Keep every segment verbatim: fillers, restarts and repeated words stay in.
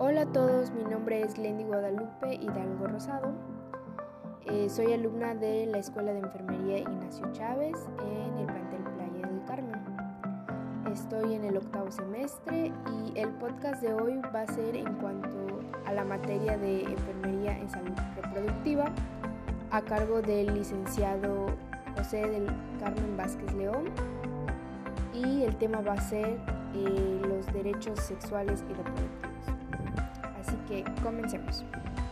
Hola a todos, mi nombre es Glendy Guadalupe Hidalgo Rosado. Eh, soy alumna de la Escuela de Enfermería Ignacio Chávez en el plantel Playa del Carmen. Estoy en el octavo semestre y el podcast de hoy va a ser en cuanto a la materia de Enfermería en Salud Reproductiva a cargo del licenciado José del Carmen Vázquez León, y el tema va a ser eh, los derechos sexuales y reproductivos. Así que comencemos.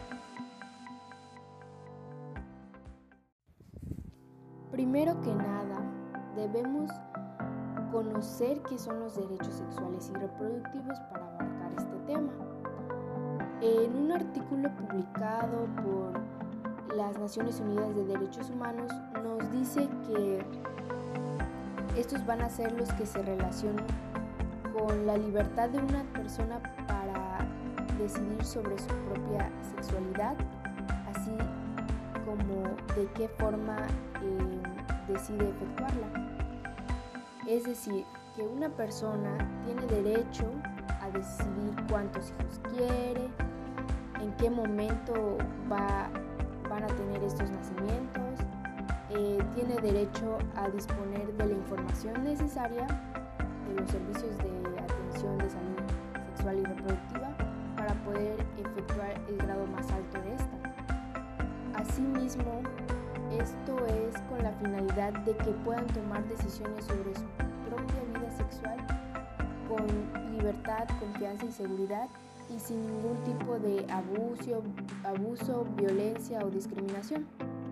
Primero que nada, debemos conocer qué son los derechos sexuales y reproductivos para abarcar este tema. En un artículo publicado por las Naciones Unidas de Derechos Humanos nos dice que estos van a ser los que se relacionan con la libertad de una persona para decidir sobre su propia sexualidad, así como de qué forma eh, decide efectuarla. Es decir, que una persona tiene derecho a decidir cuántos hijos quiere, en qué momento va, van a tener estos nacimientos, eh, tiene derecho a disponer de la información necesaria de los servicios de atención de salud sexual y reproductiva para poder efectuar el grado más alto de esta. Asimismo, esto es con la finalidad de que puedan tomar decisiones sobre su propia vida sexual con libertad, confianza y seguridad y sin ningún tipo de abuso, abuso, violencia o discriminación.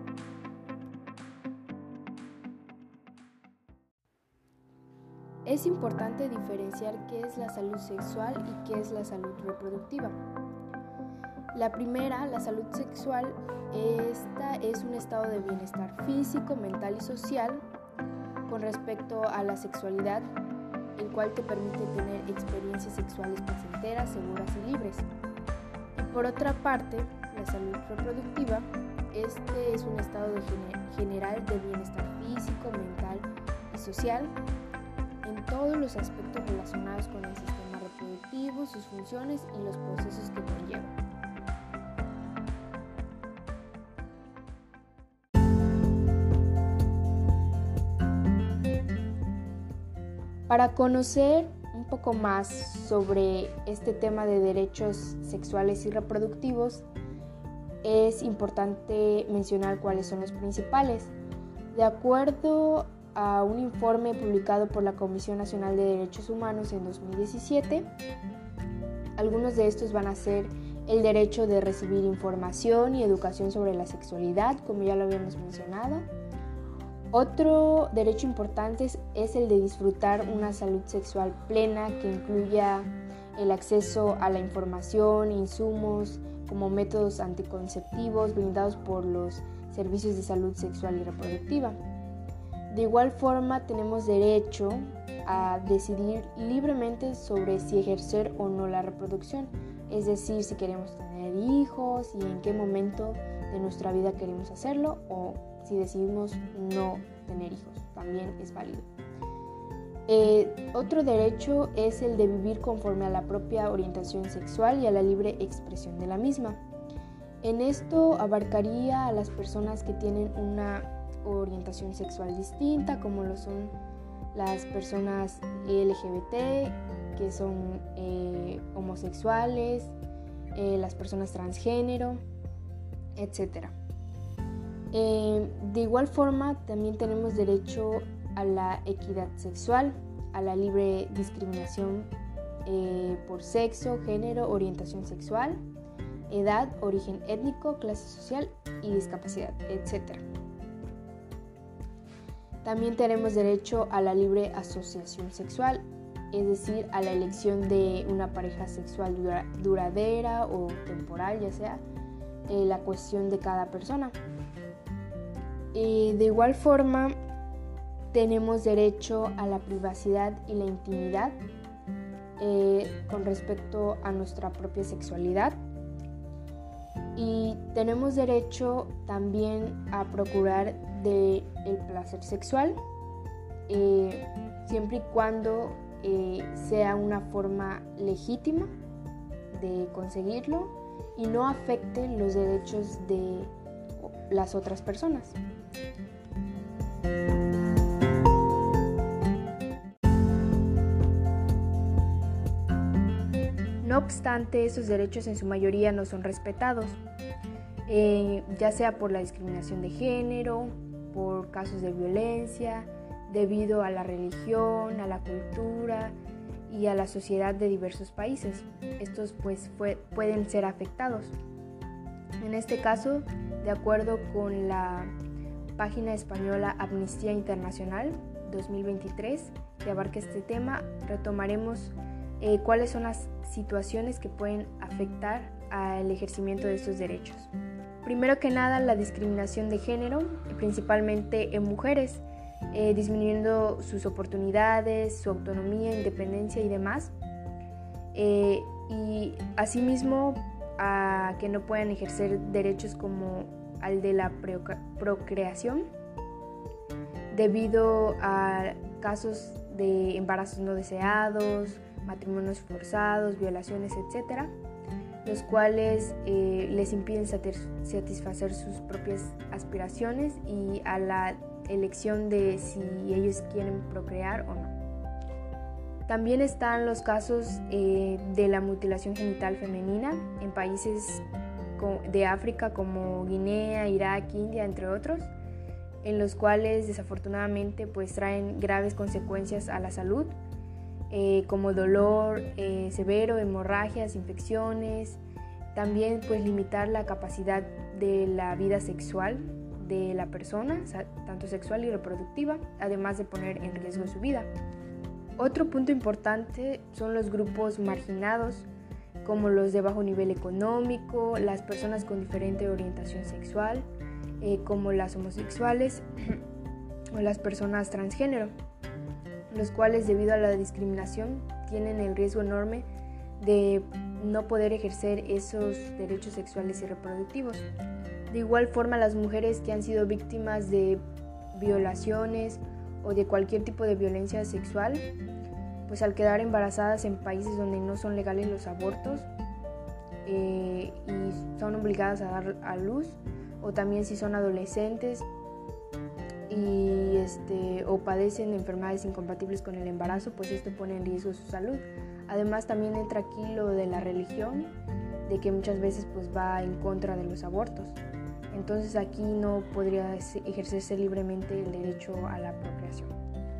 Es importante diferenciar qué es la salud sexual y qué es la salud reproductiva. La primera, la salud sexual, esta es un estado de bienestar físico, mental y social con respecto a la sexualidad, el cual te permite tener experiencias sexuales placenteras, seguras y libres. Y por otra parte, la salud reproductiva, este es un estado de gener- general de bienestar físico, mental y social en todos los aspectos relacionados con el sistema reproductivo, sus funciones y los procesos que conllevan. Para conocer un poco más sobre este tema de derechos sexuales y reproductivos, es importante mencionar cuáles son los principales. De acuerdo a un informe publicado por la Comisión Nacional de Derechos Humanos en dos mil diecisiete, algunos de estos van a ser el derecho de recibir información y educación sobre la sexualidad, como ya lo habíamos mencionado. Otro derecho importante es el de disfrutar una salud sexual plena que incluya el acceso a la información, insumos como métodos anticonceptivos brindados por los servicios de salud sexual y reproductiva. De igual forma, tenemos derecho a decidir libremente sobre si ejercer o no la reproducción, es decir, si queremos tener hijos y en qué momento de nuestra vida queremos hacerlo, o si decidimos no tener hijos, también es válido. Eh, otro derecho es el de vivir conforme a la propia orientación sexual y a la libre expresión de la misma. En esto abarcaría a las personas que tienen una orientación sexual distinta, como lo son las personas L G B T, que son eh, homosexuales, eh, las personas transgénero, etcétera. Eh, de igual forma, también tenemos derecho a la equidad sexual, a la libre discriminación eh, por sexo, género, orientación sexual, edad, origen étnico, clase social y discapacidad, etcétera. También tenemos derecho a la libre asociación sexual, es decir, a la elección de una pareja sexual dura- duradera o temporal, ya sea eh, la cuestión de cada persona. Y de igual forma, tenemos derecho a la privacidad y la intimidad eh, con respecto a nuestra propia sexualidad. Y tenemos derecho también a procurar del placer sexual, eh, siempre y cuando eh, sea una forma legítima de conseguirlo y no afecte los derechos de las otras personas. No obstante, esos derechos en su mayoría no son respetados, eh, ya sea por la discriminación de género, por casos de violencia, debido a la religión, a la cultura y a la sociedad de diversos países. Estos pues fue, pueden ser afectados. En este caso, de acuerdo con la página española Amnistía Internacional dos mil veintitrés, que abarca este tema, retomaremos eh, cuáles son las situaciones que pueden afectar al ejercimiento de estos derechos. Primero que nada, la discriminación de género, principalmente en mujeres, eh, disminuyendo sus oportunidades, su autonomía, independencia y demás. Eh, y asimismo, a que no puedan ejercer derechos como al de la procreación, debido a casos de embarazos no deseados, matrimonios forzados, violaciones, etcétera, los cuales eh, les impiden satisfacer sus propias aspiraciones y a la elección de si ellos quieren procrear o no. También están los casos eh, de la mutilación genital femenina en países de África como Guinea, Irak, India, entre otros, en los cuales desafortunadamente pues traen graves consecuencias a la salud, eh, como dolor eh, severo, hemorragias, infecciones. También pues limitar la capacidad de la vida sexual de la persona, tanto sexual y reproductiva, además de poner en riesgo su vida. Otro punto importante son los grupos marginados, como los de bajo nivel económico, las personas con diferente orientación sexual, eh, como las homosexuales o las personas transgénero, los cuales debido a la discriminación tienen el riesgo enorme de no poder ejercer esos derechos sexuales y reproductivos. De igual forma, las mujeres que han sido víctimas de violaciones o de cualquier tipo de violencia sexual, pues al quedar embarazadas en países donde no son legales los abortos eh, y son obligadas a dar a luz, o también si son adolescentes y este, o padecen enfermedades incompatibles con el embarazo, pues esto pone en riesgo su salud. Además también entra aquí lo de la religión, de que muchas veces pues va en contra de los abortos. Entonces aquí no podría ejercerse libremente el derecho a la procreación.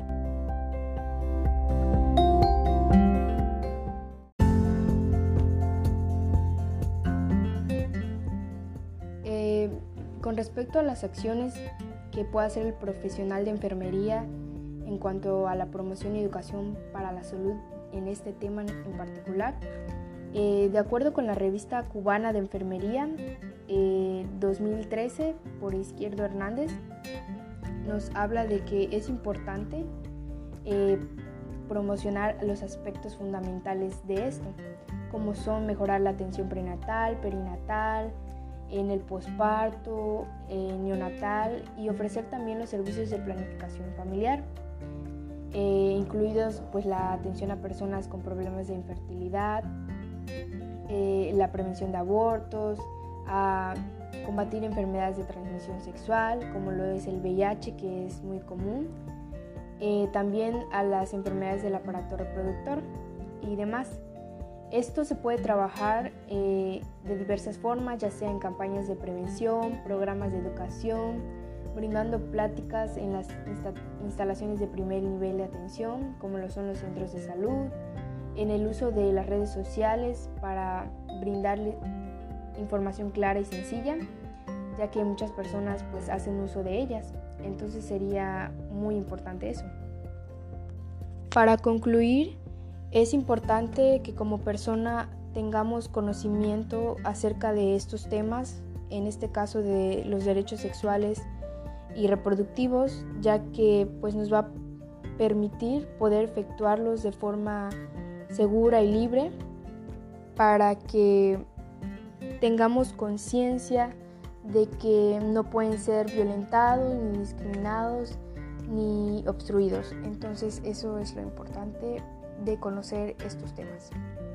Eh, con respecto a las acciones que pueda hacer el profesional de enfermería en cuanto a la promoción y educación para la salud en este tema en particular, eh, de acuerdo con la revista cubana de enfermería eh, dos mil trece por Izquierdo Hernández, nos habla de que es importante eh, promocionar los aspectos fundamentales de esto, como son mejorar la atención prenatal, perinatal, en el posparto, eh, neonatal, y ofrecer también los servicios de planificación familiar, eh, incluidos pues la atención a personas con problemas de infertilidad, eh, la prevención de abortos, a combatir enfermedades de transmisión sexual, como lo es el V I H, que es muy común, eh, también a las enfermedades del aparato reproductor y demás. Esto se puede trabajar eh, de diversas formas, ya sea en campañas de prevención, programas de educación, brindando pláticas en las insta- instalaciones de primer nivel de atención, como lo son los centros de salud, en el uso de las redes sociales para brindarle información clara y sencilla, ya que muchas personas pues hacen uso de ellas. Entonces sería muy importante eso. Para concluir, es importante que como persona tengamos conocimiento acerca de estos temas, en este caso de los derechos sexuales y reproductivos, ya que pues nos va a permitir poder efectuarlos de forma segura y libre, para que tengamos conciencia de que no pueden ser violentados, ni discriminados, ni obstruidos. Entonces eso es lo importante de conocer estos temas.